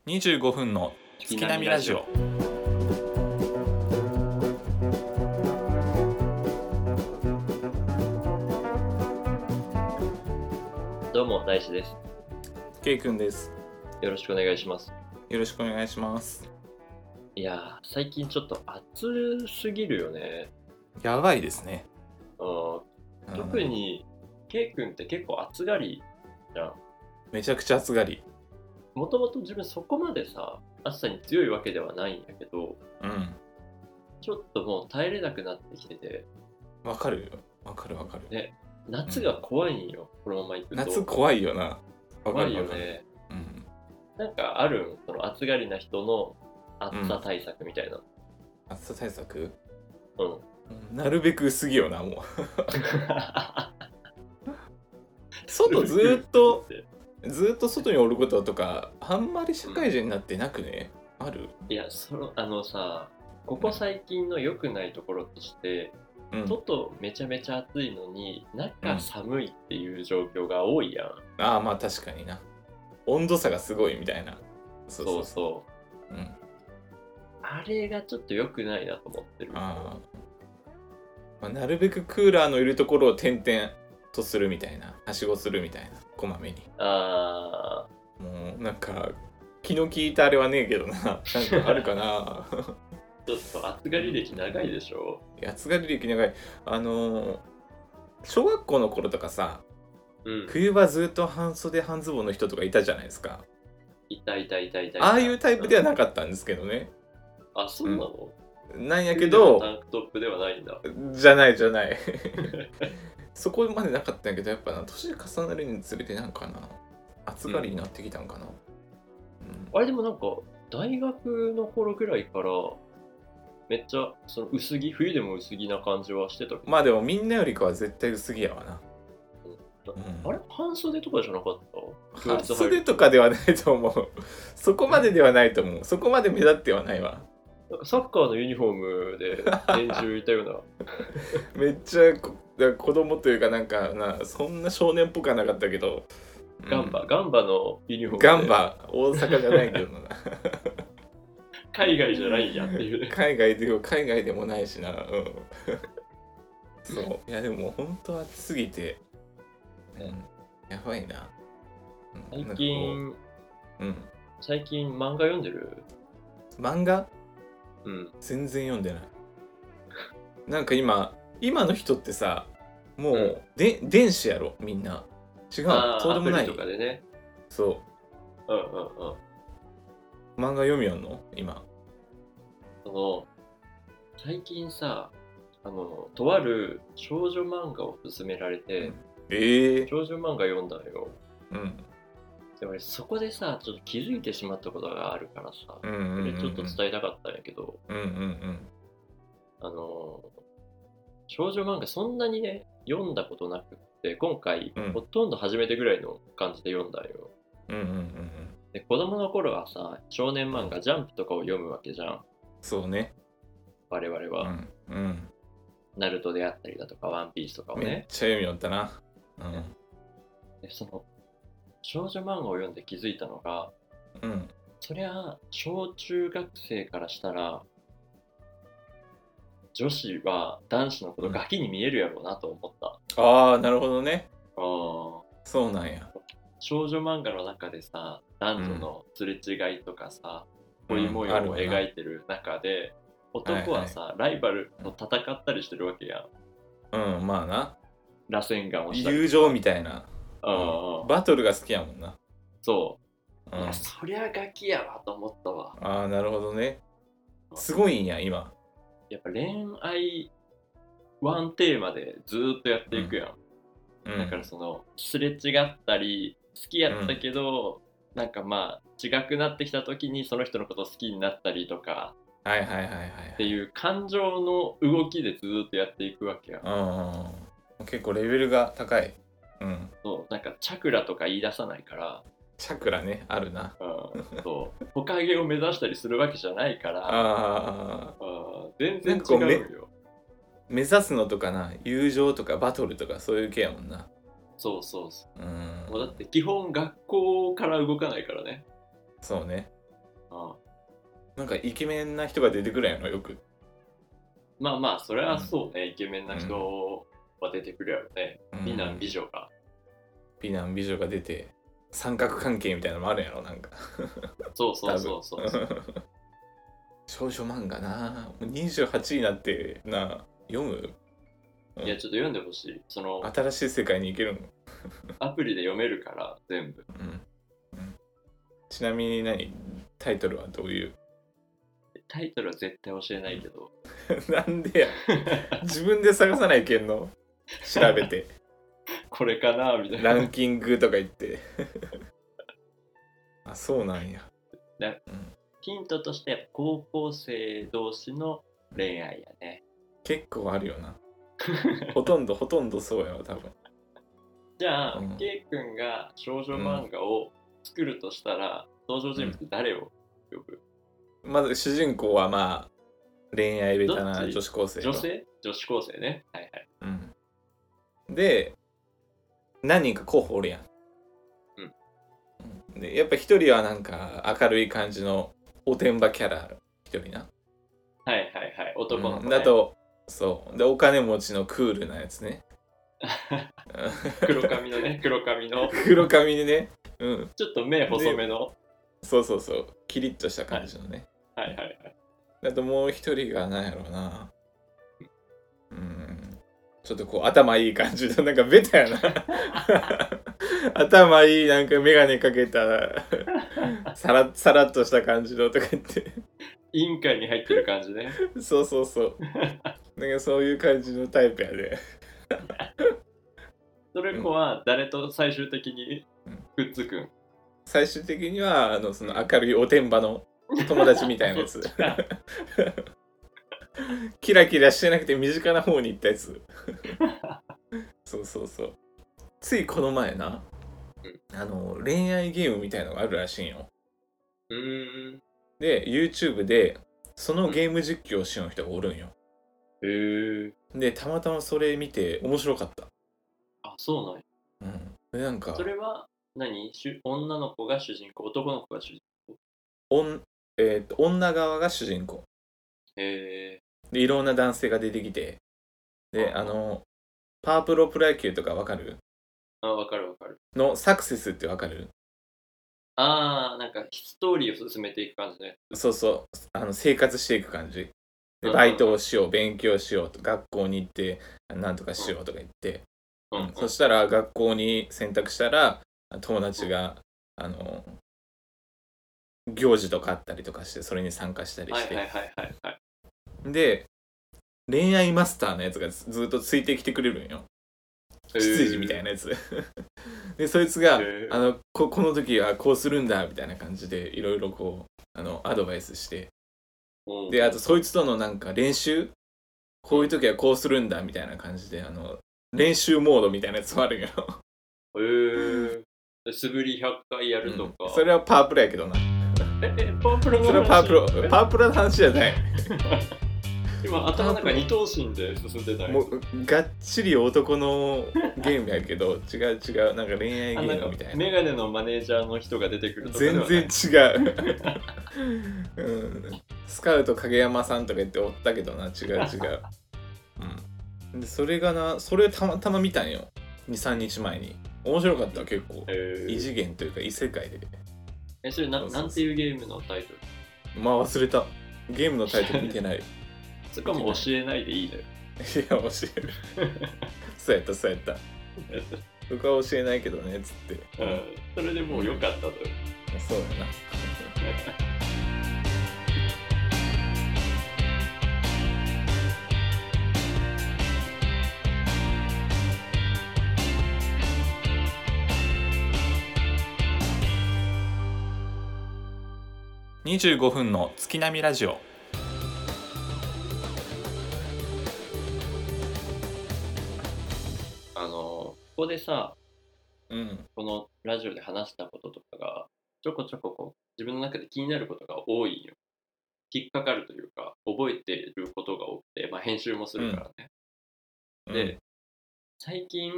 25分の月並みラジオ。 どうも大志です。 ケイくんです。 よろしくお願いします。 よろしくお願いします。 いやー、最近ちょっと暑すぎるよね。 やばいですね。 特にケイ君って結構暑がりじゃん。 めちゃくちゃ暑がり。 もともと自分そこまでさ暑さに強いわけではないんだけど、ちょっともう耐えれなくなってきてて。 わかるよ。わかる。 ね、夏が怖いんよ、このまま行くと。 夏怖いよな。 怖いよね。なんかあるその暑がりな人の暑さ対策みたいな。 暑さ対策？ なるべく薄着よな、もう。外ずっと外におることとかあんまり社会人になってなくね、ある？ いや、さ、ここ最近の良くないところとして、外めちゃめちゃ暑いのに中寒いっていう状況が多いやん。 まあ確かにな。温度差がすごいみたいな。 そう、あれがちょっと良くないなと思ってる。 なるべくクーラーのいるところを点々とするみたいな、はしごするみたいな、こまめに。もうなんか気の利いたあれはねえけどな。なんかあるかな。 ちょっと暑がり歴長いでしょ。 暑がり歴長い。小学校の頃とかさ、冬はずっと半袖半ズボンの人とかいたじゃないですか。 いた。 ああいうタイプではなかったんですけどね。 あ、そうなの？ なんやけど、 タンクトップではないんだ。 じゃない。そこまでなかったんやけど、やっぱな、年重ねるにつれてなんかな、暑がりになってきたんかな。 あれでもなんか、大学の頃ぐらいから、めっちゃその薄着、冬でも薄着な感じはしてたけど。 まあでもみんなよりかは絶対薄着やわな。 あれ半袖とかじゃなかった？ 半袖とかではないと思う。そこまでではないと思う。そこまで目立ってはないわ。 なんかサッカーのユニフォームで年中いたような。 めっちゃ子供というかなんかな、そんな少年っぽくはなかったけど。 ガンバのユニフォームで。 ガンバ、大阪じゃないけどな。 海外じゃないんやっていう、ね。 海外でもないしな。そう。いやでも本当暑すぎて、やばいな。 最近漫画読んでる？ 漫画？全然読んでない。なんか今の人ってさ、もう、電子やろ、みんな。違う、そうでもない。 アプリとかでね。 そう。漫画読みよんの今。 最近さ、とある少女漫画を勧められて、少女漫画読んだよ。でもそこでさ、ちょっと気づいてしまったことがあるからさ、それちょっと伝えたかったんやけど、少女漫画そんなにね、読んだことなくって、今回、ほとんど初めてぐらいの感じで読んだよ。で、子供の頃はさ、少年漫画、ジャンプとかを読むわけじゃん。 そうね。 我々は。ナルトであったりだとか、ワンピースとかをね。 めっちゃ読みよったな。 で、その、少女漫画を読んで気づいたのが、そりゃ、小中学生からしたら、女子は男子のことガキに見えるやろうなと思った。 なるほどね。そうなんや。 少女漫画の中でさ、男女のすれ違いとかさ、恋模様を描いてる中で、男はさ、ライバルと戦ったりしてるわけやん。 まあな。 螺旋岩をしたり。 友情みたいな。バトルが好きやもんな。 そう。いや、そりゃガキやわと思ったわ。 なるほどね。すごいんや、今。 やっぱ恋愛ワンテーマでずーっとやっていくやん。だからそのすれ違ったり好きやったけど、なんかまあ違くなってきた時にその人のこと好きになったりとかっていう感情の動きでずーっとやっていくわけやん。 結構レベルが高い。 そうなんかチャクラとか言い出さないから。 チャクラね、あるな。 そうトカゲを目指したりするわけじゃないから。全然違うよ。 目指すのとかな、友情とかバトルとかそういう系やもんな。 そう。もうだって基本学校から動かないからね。 そうね。 なんかイケメンな人が出てくるやろよく。 まあまあそれはそうね、イケメンな人は出てくるやろね、美男美女が出て三角関係みたいなのもあるやろなんかそう少女漫画な、もう28になってな読む。 いやちょっと読んでほしい。その新しい世界に行けるのアプリで読めるから全部、 ちなみにタイトルはどういう？ タイトルは絶対教えないけどなんでや自分で探さないけんの調べてこれかなみたいなランキングとか言ってあ、そうなんや。 ヒントとして高校生同士の恋愛やね。 結構あるよなほとんどそうやわ多分。 じゃあ、ケイ君が少女漫画を作るとしたら、登場人物誰を呼ぶ？ まず主人公はまあ恋愛ベタな女子高生。 女子高生ね。はいはい。 で何人か候補おるやん。でやっぱ一人はなんか明るい感じのおてんばキャラ一人な。 はいはいはい。男の子、ねだとそうでお金持ちのクールなやつね黒髪のね黒髪にね、 ちょっと目細めのそうキリッとした感じのね、 はいはいはいだともう一人が何やろうな、ちょっとこう頭いい感じのなんかベタやな頭いいなんか眼鏡かけたさらっとした感じのとか言って委員会に入ってる感じねそうなんかそういう感じのタイプやでそれ子は誰と最終的にくっつくん？ 最終的にはその明るいおてんばの友達みたいなやつキラキラしてなくて身近な方に行ったやつそうついこの前な、恋愛ゲームみたいのがあるらしいんよ。で YouTube でそのゲーム実況をしよう人がおるんよ。でたまたまそれ見て面白かった。 あ、そうなんや。 でなんかそれは女の子が主人公、男の子が主人公？女側が主人公。でいろんな男性が出てきて、でパワープロプロ野球とかわかる？ わかるのサクセスってわかる？ なんかストーリーを進めていく感じね。 そう生活していく感じで、バイトをしよう、勉強しようと、学校に行ってなんとかしようとか言って、そしたら学校に選択したら友達が行事とかあったりとかしてそれに参加したりして、で恋愛マスターのやつがずっとついてきてくれるんよ。羊みたいなやつでそいつがこの時はこうするんだみたいな感じでいろいろこうアドバイスして、であとそいつとのなんか練習、こういう時はこうするんだみたいな感じで練習モードみたいなやつもあるんよ素振り100回やるとか、 それはパワープロやけどなパワープロの話？ それはパワープロの話じゃない今頭の中二頭身で進んでない？ もうがっちり男のゲームやけど違うなんか恋愛ゲームみたいな。 メガネのマネージャーの人が出てくるとかではない？ 全然違う、スカウト影山さんとか言っておったけどな、違う、でそれがな、それたまたま見たんよ 2,3 日前に。面白かった。結構異次元というか異世界で。 それなんていうゲームのタイトル？まあ忘れた。ゲームのタイトル見てないそこも教えないでいいのよ。 いや教えるそうやった僕は教えないけどねっつって、 それでもう良かったとよ。 そうやな25分の月並みラジオ。 ここでさ、このラジオで話したこととかがちょこちょここう自分の中で気になることが多いよ。引っかかるというか覚えていることが多くて、編集もするからね。で、最近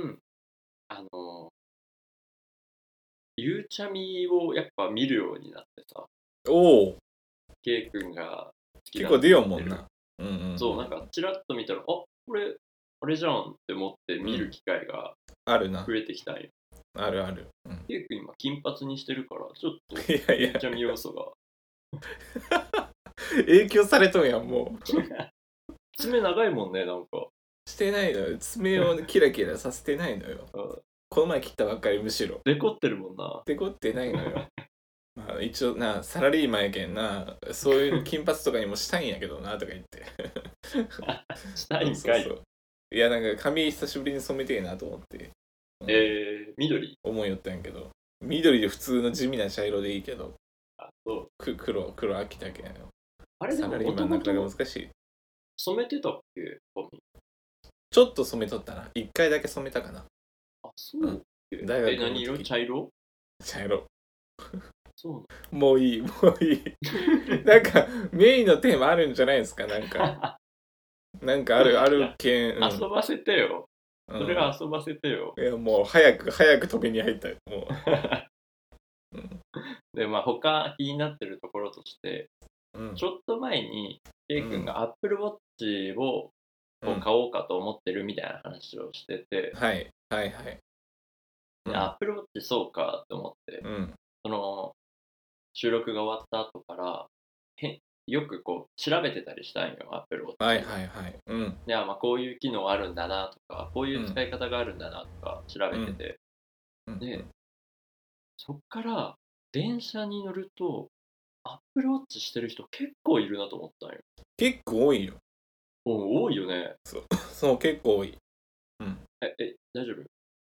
ゆうちゃみをやっぱ見るようになってさ。 K 君が好き結構出ようもんな。 そう、なんかちらっと見たら、あ、これ、あれじゃんって思って見る機会があるな。 増えてきたんよ。 あるある。 K 君今金髪にしてるから、ちょっといやいやめっちゃ見要素が。 影響されとんやん、もう。 爪長いもんね、なんか。 してないのよ。爪をキラキラさせてないのよ。この前切ったばっかり、むしろ。 デコってるもんな。 デコってないのよ。まあ、一応な、サラリーマンやけんな、そういう金髪とかにもしたいんやけどな、とか言って。 したいんかい。 そういや、なんか髪久しぶりに染めてえなと思って。 緑思いよったんやけど。緑で普通の地味な茶色でいいけど。 あ、そう。 黒飽きたけんよ。 あれでもサラリーマンなかなか難しい。 染めてたっけ髪。 ちょっと染めとったな。一回だけ染めたかな。 あ、そう。 大学の時何色？茶色？ 茶色。 そうもういい、もういい。なんか、メインのテーマあるんじゃないですか、なんか。なんかあるけん。 遊ばせてよ。それは遊ばせてよ。 いや、もう早く止めに入ったよ。もう。で、まあ、他気になってるところとして、ちょっと前に、K 君が Apple Watch を買おうかと思ってるみたいな話をしてて、 はいはいはい。 Apple Watch そうかと思って、その収録が終わった後からよくこう調べてたりしたんよ、Apple Watch。 はいはいはい。 いや、まあこういう機能あるんだなとか、こういう使い方があるんだなとか調べてて、で、そっから電車に乗ると Apple Watch してる人結構いるなと思ったんよ。 結構多いよ。 多いよね。 そう結構多い。 大丈夫？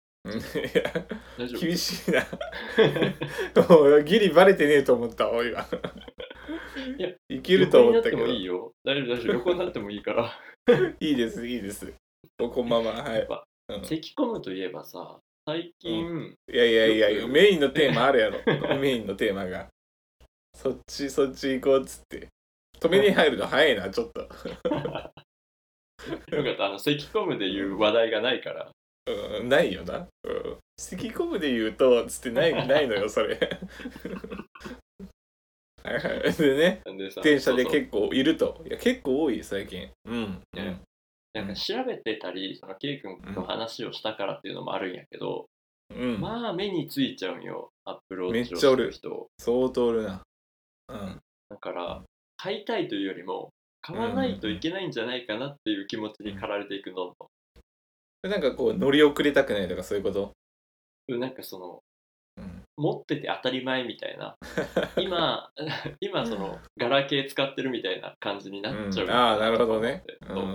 厳しいな。もうギリバレてねえと思ったわ、今。 いや、 いけると思ったけど。 横になってもいいよ。大丈夫。横になってもいいから。 いいです、いいです。こんばんは。はい。 咳込むといえばさ、最近、 いや、メインのテーマあるやろ。メインのテーマが。そっち行こうっつって。止めに入るの早いな、ちょっと。 よかった、咳込むでいう話題がないから。 ないよな。咳込むで言うと、つってないのよ、それ。はいはい。でね、電車で結構いると。いや、結構多い、最近。 なんか調べてたり、その K 君と話をしたからっていうのもあるんやけど、まあ目についちゃうんよ、アップローチをしてる人。 相当おるな。 だから、買いたいというよりも、買わないといけないんじゃないかなっていう気持ちに駆られていくの。 なんかこう、乗り遅れたくないとかそういうこと？ なんかその、持ってて当たり前みたいな。今そのガラケー使ってるみたいな感じになっちゃう、 ああ、なるほどね。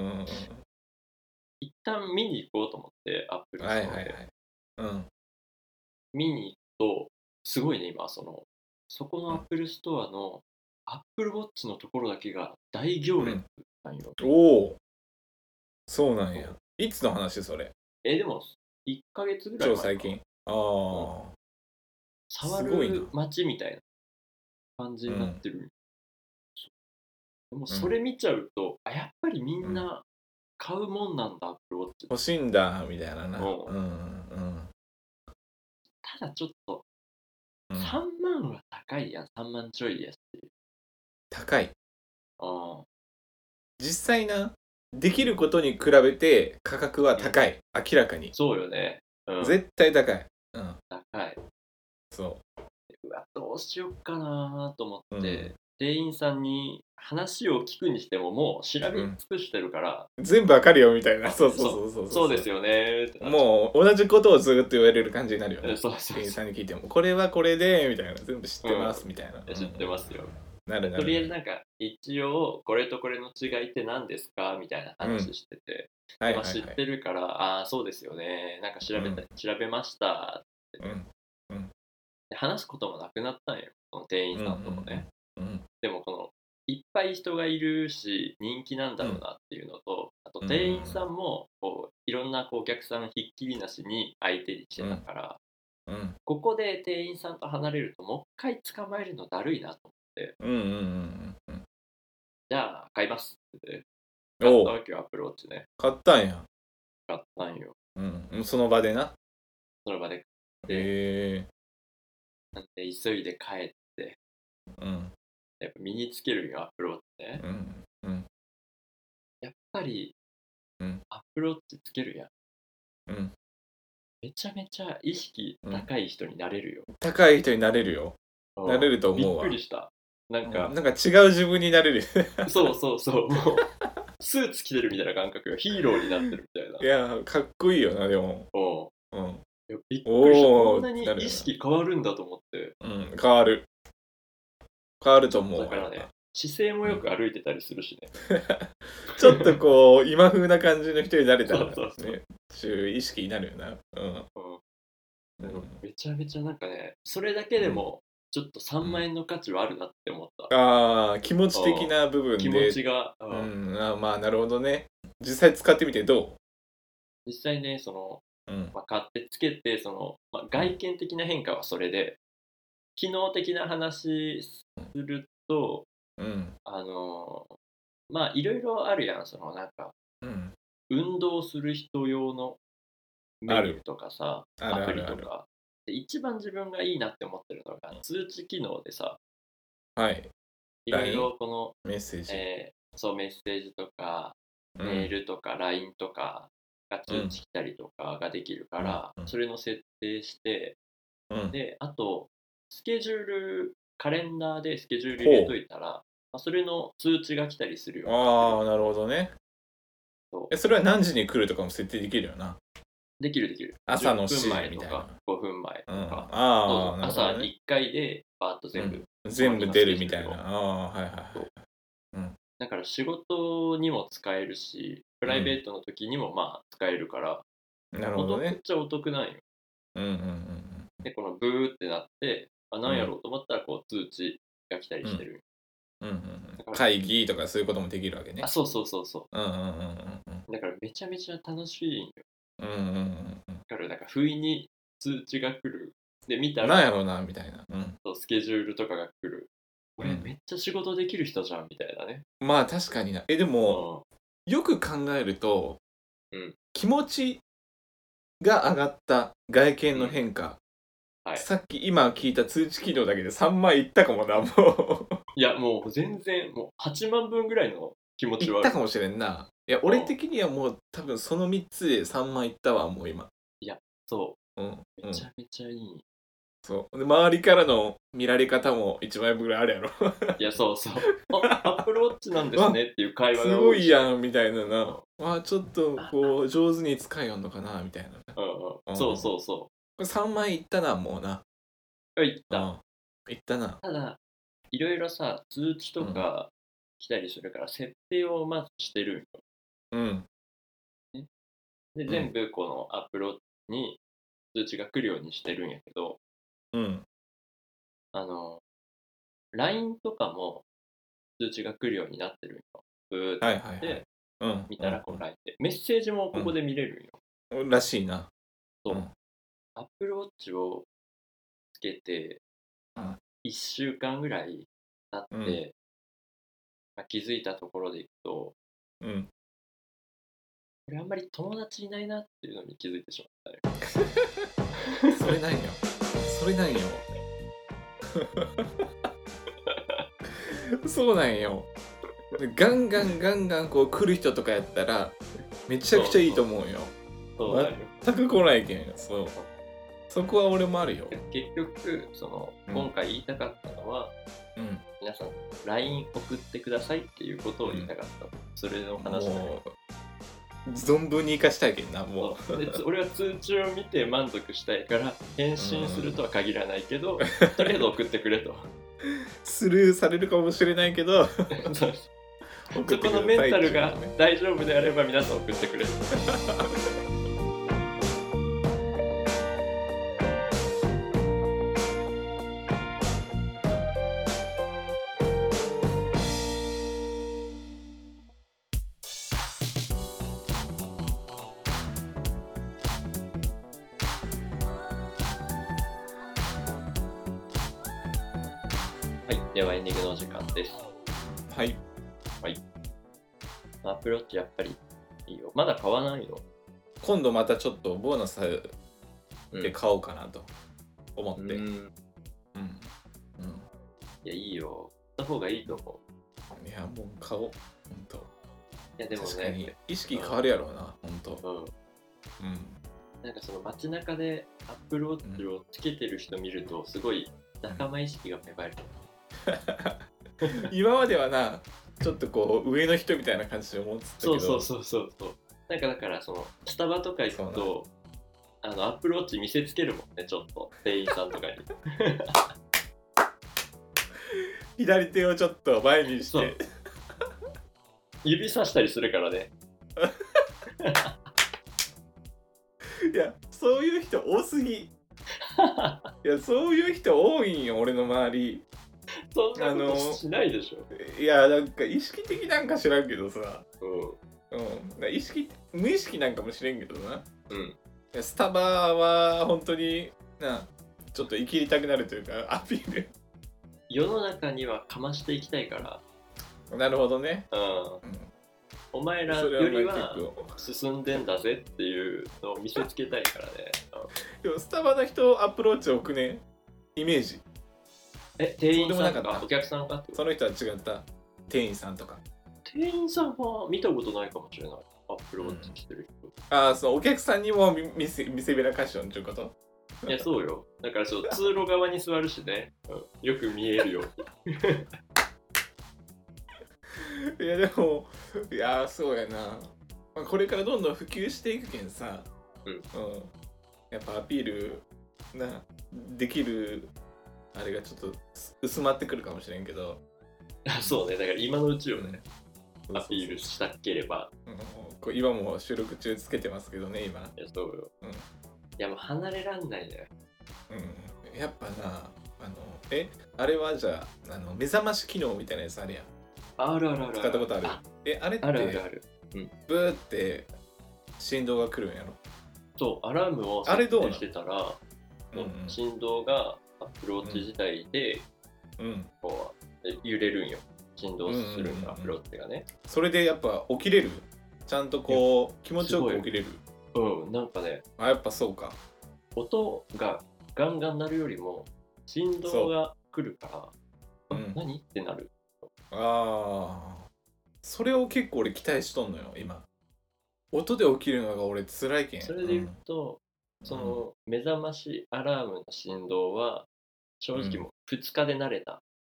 一旦見に行こうと思ってアップルストアで見に行くとすごいね、今そこのアップルストアのアップルウォッチのところだけが大行列なんよ。 おお、そうなんや。いつの話それ？ でも1ヶ月ぐらい前か。 超最近。ああ、 触る街みたいな感じになってる。でもそれ見ちゃうと、やっぱりみんな買うもんなんだ、アップルウォッチ。 欲しいんだみたいなな。 ただちょっと3万は高いやん、3万ちょいやし。 高い。実際な、できることに比べて価格は高い。明らかに。 そうよね。 絶対高い。 高い。 そう。 どうしようかなと思って、店員さんに話を聞くにしてももう調べ尽くしてるから、 全部わかるよみたいな。 そうですよね。 もう同じことをずっと言われる感じになるよね。 そう店員さんに聞いても、これはこれでみたいな、全部知ってますみたいな。 知ってますよ。 なる。 とりあえずなんか一応これとこれの違いって何ですかみたいな話してて、知ってるから、そうですよね、なんか調べましたって話すこともなくなったんよ、この店員さんともね。でもこのいっぱい人がいるし人気なんだろうなっていうのと、あと店員さんもこういろんなお客さんひっきりなしに相手にしてたから、ここで店員さんと離れるともう一回捕まえるのだるいなと思って、じゃあ買いますって買ったわけよ、アップルウォッチね。 買ったんや。 買ったんよ。 その場でな。 その場で買って、なんで急いで帰って、 やっぱ身につけるよ、アプローチね。やっぱり、アプローチつけるやん。めちゃめちゃ意識高い人になれるよ。 高い人になれるよ。なれると思うわ。 びっくりした。なんか違う自分になれる。 そうそうそう。もう、スーツ着てるみたいな感覚がヒーローになってるみたいな。 いや、かっこいいよな、でも。 びっくりした。こんなに意識変わるんだと思って。 変わる。変わると思う。 だからね、姿勢もよく歩いてたりするしね。 ちょっとこう、今風な感じの人になれたらね、意識になるよな。 めちゃめちゃなんかね、それだけでも、ちょっと3万円の価値はあるなって思った。 ああ、気持ち的な部分で。 気持ちが。 まあ、なるほどね。実際使ってみてどう？ 実際ね、買ってつけて、外見的な変化はそれで、機能的な話すると、まあ、いろいろあるやん、なんか、運動する人用のメニューとかさ、アプリとか。で一番自分がいいなって思ってるのが、通知機能でさ、いろいろこのメッセージ、 そうメッセージとか、メールとか LINE とかが通知来たりとかができるから、それの設定して、で、あと、カレンダーでスケジュール入れといたら、それの通知が来たりするよ。 ああ、なるほどね。それは何時に来るとかも設定できるよな。 できるできる。 朝の 10分前とか5分前とか。朝1回でバーッと全部出るみたいな。 だから仕事にも使えるし、プライベートの時にもまあ使えるから、 なるほどね。 めっちゃお得なんよ。で、このブーってなって、何やろうと思ったらこう通知が来たりしてる。 会議とかそういうこともできるわけね。 そうそうそうそう。だからめちゃめちゃ楽しいんよ。だからなんか不意に通知が来る。で、見たら、 なんやろうな、みたいな。 スケジュールとかが来る。俺めっちゃ仕事できる人じゃん、みたいなね。 まあ確かにな。でも、よく考えると、気持ちが上がった外見の変化。さっき今聞いた通知機能だけで3万いったかもな、もう。 いや、もう全然、もう8万分ぐらいの気持ちはある。 いったかもしれんな。いや、俺的にはもう多分その3つで3万いったわ、もう今。 いや、そう。めちゃめちゃいい。 そうで周りからの見られ方も1万円分ぐらいあるやろ。 いや、そうそう。アップルウォッチなんですねっていう会話がすごいやんみたいなな。ちょっとこう上手に使いよんのかなみたいな。 そうそうそう。 これ3万円いったな、もうな。 いった。 いったな。 ただ、いろいろさ、通知とか来たりするから、設定をまずしてるよ。で、全部このアップローチに通知が来るようにしてるんやけど、LINE とかも通知が来るようになってるんよ。ブーって、見たらこの LINE で。メッセージもここで見れるんよ。 らしいな。 そう。アップルウォッチをつけて、1週間ぐらい経って、気づいたところでいくと、俺あんまり友達いないなっていうのに気づいてしまったよ。それなんよ。それなんよ。そうなんよ。ガンガンこう来る人とかやったらめちゃくちゃいいと思うよ。全く来ないけん。そこは俺もあるよ。 結局今回言いたかったのは、皆さん LINE 送ってくださいっていうことを言いたかった。それの話だね。 存分に生かしたいけんな、もう。 で俺は通知を見て満足したいから返信するとは限らないけど、とりあえず送ってくれと。 スルーされるかもしれないけどそこのメンタルが大丈夫であれば皆さん送ってくれ。ではエンディングのお時間です。 はい。 アップルウォッチやっぱりいいよ。まだ買わないの？ 今度またちょっとボーナスで買おうかなと思って。 いや、いいよ。 た方がいいと思う。いや、もう顔、ほんと。 いや、でもね、 確かに意識変わるやろうな、ほんと。 うん。なんかその街中でアップルウォッチをつけてる人見ると、すごい仲間意識が芽生える。 今まではな、ちょっとこう上の人みたいな感じで思ってたけど。 そう。なんかだからそのスタバとか行くと、アップルウォッチ見せつけるもんね、ちょっと店員さんとかに。 左手をちょっと前にして指さしたりするからね。 いや、そういう人多すぎ。いや、そういう人多いんよ、俺の周り。 そんなことしないでしょ。 いや、なんか意識的なんか知らんけどさ。無意識なんかもしれんけどな。スタバは本当にちょっと生きりたくなるというか、アピール。 世の中にはかましていきたいから。 なるほどね。 お前らよりは進んでんだぜっていうのを見せつけたいからね。 でもスタバの人アプローチ置くね、イメージ。 店員さんとかお客さんかってこと？ その人は違った。店員さんとか。 店員さんは見たことないかもしれない。アップローチしてる人。 そう、お客さんにも見せびらかしよんっていうこと？ いや、そうよ。だから通路側に座るしね。よく見えるように。 いやでも、いやそうやな。これからどんどん普及していくけんさ、やっぱアピールできるあれがちょっと薄まってくるかもしれんけど。 そうね、だから今のうちよね、アピールしたければ。 今も収録中つけてますけどね、今。いや、そうよ。いや、もう離れらんないね。 やっぱな、あれはじゃあ、目覚まし機能みたいなやつあるやん。 ある。 使ったことある？あれって、 ある。 ブーって振動が来るんやろ？ そう、アラームを設定してたら、振動がアップルウォッチ自体で、こう揺れるんよ。振動するんよ、アップルウォッチがね。 それでやっぱ起きれる？ちゃんとこう気持ちよく起きれる？ なんかね、 やっぱそうか。 音がガンガン鳴るよりも振動が来るから、何ってなる。 それを結構俺期待しとんのよ、今。音で起きるのが俺辛いけん。 それで言うと、その目覚ましアラームの振動は正直もう2日で慣れた。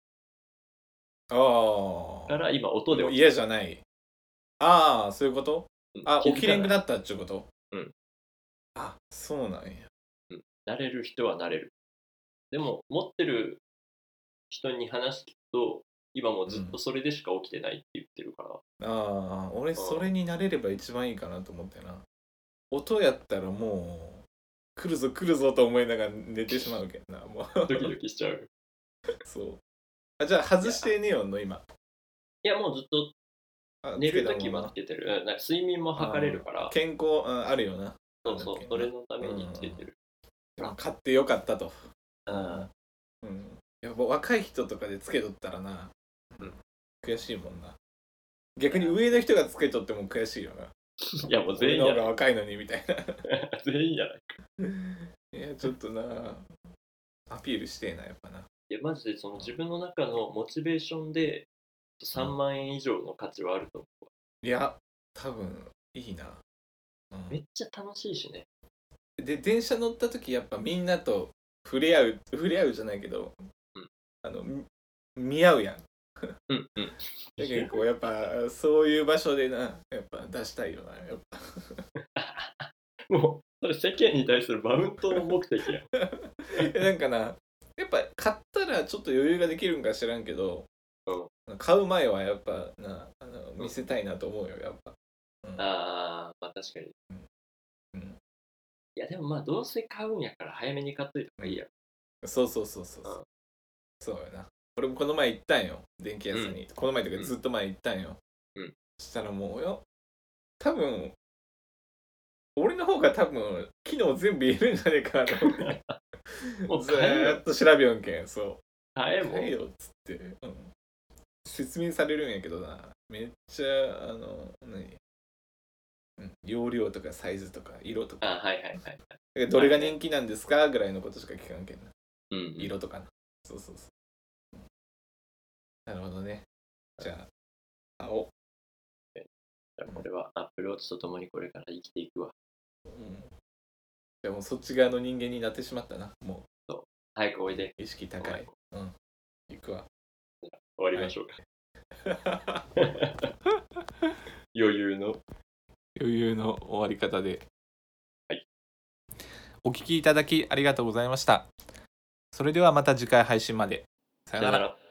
から今音で起きる。 嫌じゃない。そういうこと？起きれんくなったっていうこと？そうなんや。 慣れる人は慣れる。でも持ってる人に話聞くと、今もずっとそれでしか起きてないって言ってるから。 俺それになれれば一番いいかなと思ってな。音やったらもう来るぞと思いながら寝てしまうけんな。もうドキドキしちゃう。 そう。じゃあ外して寝よんの今？ いや、もうずっと寝るときはつけてる。なんか睡眠も測れるから。 健康、あるよな。 そう、それのためにつけてる。 買ってよかったと。やっぱ若い人とかでつけとったらな、悔しいもんな。逆に上の人がつけとっても悔しいよな。 いや、もう全員や。 俺の方が若いのにみたいな。 全員やないか。 いや、ちょっとな、アピールしてえな、やっぱな。 いや、マジでその自分の中のモチベーションで3万円以上の価値はあると思う。 いや、多分いいな。 めっちゃ楽しいしね。 で、電車乗った時やっぱみんなと触れ合うじゃないけど、見合うやん。だけどこうやっぱそういう場所でな、やっぱ出したいよな、やっぱ。もうそれ世間に対するマウントの目的やん。 なんかな、やっぱ買ったらちょっと余裕ができるんか知らんけど、買う前はやっぱな、見せたいなと思うよ、やっぱ。 まあ確かに。いやでもまあどうせ買うんやから早めに買っといた方がいいや。 そうそうやな。俺もこの前行ったんよ、電気屋さんに。この前とかずっと前行ったんよ。そしたらもうよ、多分俺の方が多分機能全部言えるんじゃねえかなと思って。もうずーっと調べよんけん、そう。買えよっつって、説明されるんやけどな、めっちゃ容量とかサイズとか色とか、どれが人気なんですかぐらいのことしか聞かんけんな。色とかな。そう。 なるほどね。じゃあ、じゃあこれはアップルウォッチとともにこれから生きていくわ。 でもそっち側の人間になってしまったな。もう。 そう。早くおいで。 意識高い。行くわ。 終わりましょうか。余裕の終わり方で。 はい。 お聞きいただきありがとうございました。それではまた次回配信まで。さよなら。